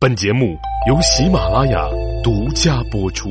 本节目由喜马拉雅独家播出。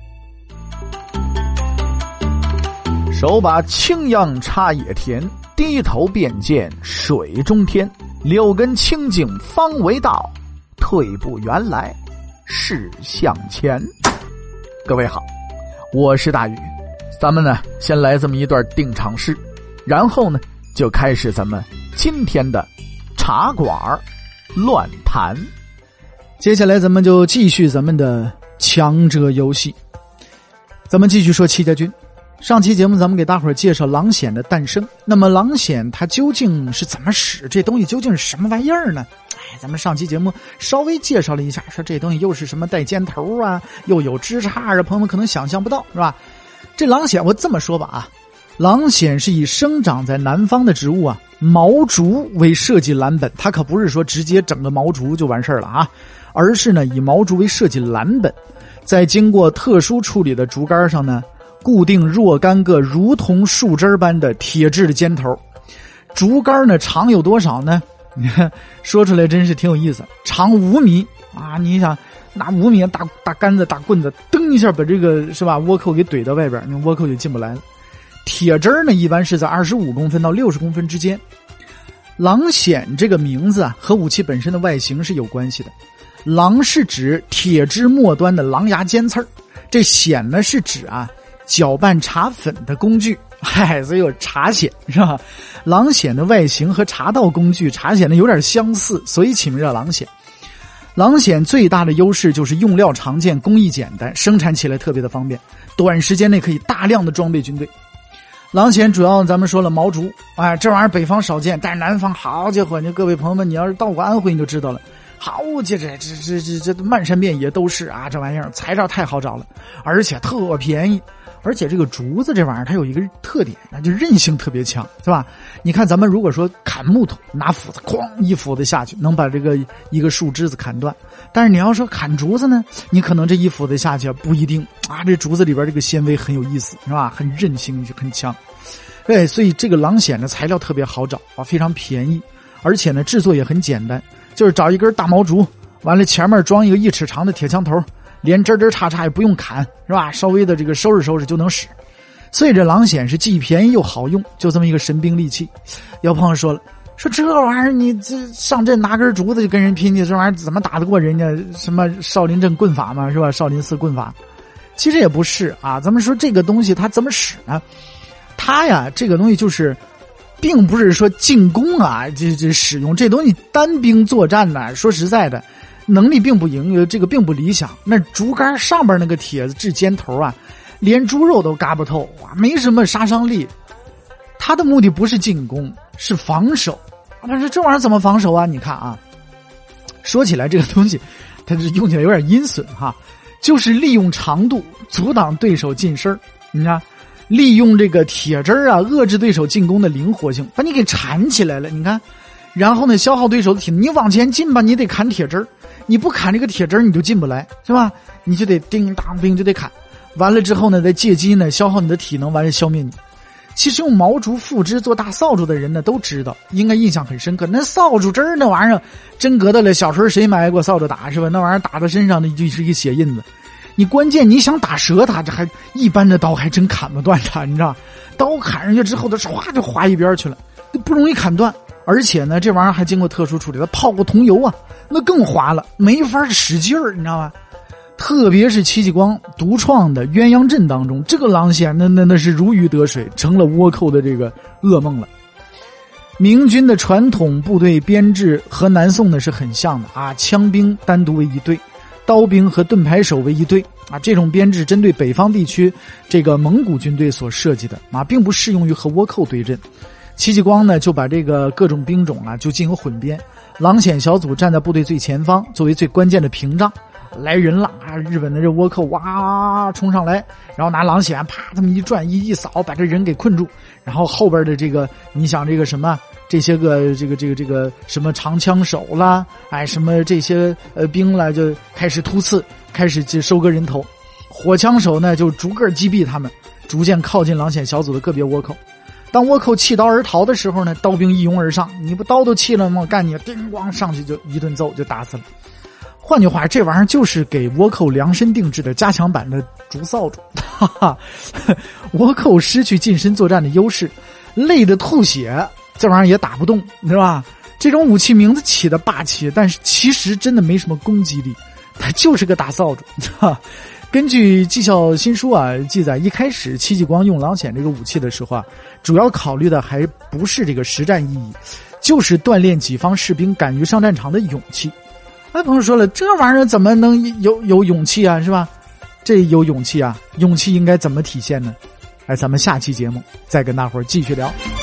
手把青秧插野田，低头便见水中天。六根清净方为道，退步原来是向前。各位好，我是大宇，咱们呢先来这么一段定场诗，然后呢就开始咱们今天的茶馆乱谈。接下来咱们就继续咱们的强者游戏，咱们继续说戚家军。上期节目咱们给大伙儿介绍狼筅的诞生，那么狼筅它究竟是怎么使，这东西究竟是什么玩意儿呢？咱们上期节目稍微介绍了一下，说这东西又是什么带尖头啊，又有枝杈啊，朋友们可能想象不到，是吧？这狼筅我这么说吧啊，狼筅是以生长在南方的植物啊毛竹为设计蓝本，它可不是说直接整个毛竹就完事儿了啊，而是呢以毛竹为设计蓝本，在经过特殊处理的竹竿上呢固定若干个如同树枝般的铁质的尖头。竹竿呢长有多少呢？说出来真是挺有意思，长5米啊！你想拿5米大杆子大棍子蹬一下把这个是吧倭寇给怼到外边，那倭寇就进不来了。铁枝呢一般是在25公分到60公分之间。狼筅这个名字啊和武器本身的外形是有关系的。狼是指铁枝末端的狼牙尖刺儿，这筅呢是指啊搅拌茶粉的工具，所以有茶筅是吧？狼筅的外形和茶道工具茶筅呢有点相似，所以起名叫狼筅。狼筅最大的优势就是用料常见，工艺简单，生产起来特别的方便，短时间内可以大量的装备军队。狼筅主要咱们说了毛竹，这玩意儿北方少见，但是南方好家伙，各位朋友们，你要是到过安徽你就知道了。好，这漫山遍野都是啊，这玩意儿材料太好找了，而且特便宜。而且这个竹子这玩意儿它有一个特点，那就韧性特别强，是吧？你看咱们如果说砍木头，拿斧子哐一斧子下去能把这个一个树枝子砍断，但是你要说砍竹子呢，你可能这一斧子下去不一定啊，这竹子里边这个纤维很有意思，是吧？很韧性很强。对，所以这个狼筅的材料特别好找啊，非常便宜，而且呢制作也很简单，就是找一根大毛竹，完了前面装一个1尺长的铁枪头，连枝叉也不用砍，是吧？稍微的这个收拾就能使。所以这狼筅是既便宜又好用，就这么一个神兵利器。有朋友说了，说这玩意儿你这上阵拿根竹子就跟人拼去，这玩意儿怎么打得过人家？什么少林阵棍法嘛，是吧？少林寺棍法。其实也不是啊，咱们说这个东西它怎么使呢？它呀这个东西就是并不是说进攻啊，这使用这东西单兵作战呢，说实在的能力并不这个并不理想。那竹竿上边那个铁子制尖头啊，连猪肉都嘎不透啊，没什么杀伤力。它的目的不是进攻，是防守。但是这玩意儿怎么防守啊？你看啊，说起来这个东西它是用起来有点阴损哈，就是利用长度阻挡对手近身。你看利用这个铁枝啊遏制对手进攻的灵活性，把你给缠起来了，你看，然后呢消耗对手的体能，你往前进吧你得砍铁枝，你不砍这个铁枝你就进不来，是吧？你就得叮当兵就得砍，完了之后呢再借机呢消耗你的体能，完了消灭你。其实用毛竹附枝做大扫帚的人呢都知道，应该印象很深刻。那扫帚枝那玩意儿真格的了，小时候谁买过扫帚打是吧？那玩意儿打到身上的就是一个血印子。你关键你想打折它，这还一般的刀还真砍不断它，你知道，刀砍上去之后它唰就划一边去了，不容易砍断。而且呢这玩意儿还经过特殊处理，它泡过桐油啊，那更滑了，没法使劲儿，你知道吧？特别是戚继光独创的鸳鸯阵当中，这个狼筅那是如鱼得水，成了倭寇的这个噩梦了。明军的传统部队编制和南宋呢是很像的啊，枪兵单独为一队，刀兵和盾牌手为一队啊，这种编制针对北方地区这个蒙古军队所设计的啊，并不适用于和倭寇对阵。戚继光呢就把这个各种兵种啊就进行混编，狼筅小组站在部队最前方，作为最关键的屏障。来人了啊！日本的这倭寇哇冲上来，然后拿狼筅啪这么一转一扫，把这人给困住。然后后边的这个你想这个什么这些个这个什么长枪手啦，什么这些兵啦就开始突刺，开始就收割人头。火枪手呢就逐个击毙他们，逐渐靠近狼筅小组的个别倭寇。当倭寇弃刀而逃的时候呢，刀兵一拥而上，你不刀都弃了吗？我干你，叮咣上去就一顿揍，就打死了。 换句话，这玩意儿就是给倭寇量身定制的加强版的竹扫帚。哈哈，倭寇失去近身作战的优势，累得吐血，这玩意儿也打不动，是吧？这种武器名字起的霸气，但是其实真的没什么攻击力，它就是个大扫帚。根据纪效新书记载，一开始戚继光用狼筅这个武器的时候主要考虑的还不是这个实战意义，就是锻炼己方士兵敢于上战场的勇气。朋友说了，这玩意儿怎么能有勇气啊，是吧？这有勇气勇气应该怎么体现呢？咱们下期节目再跟大伙儿继续聊。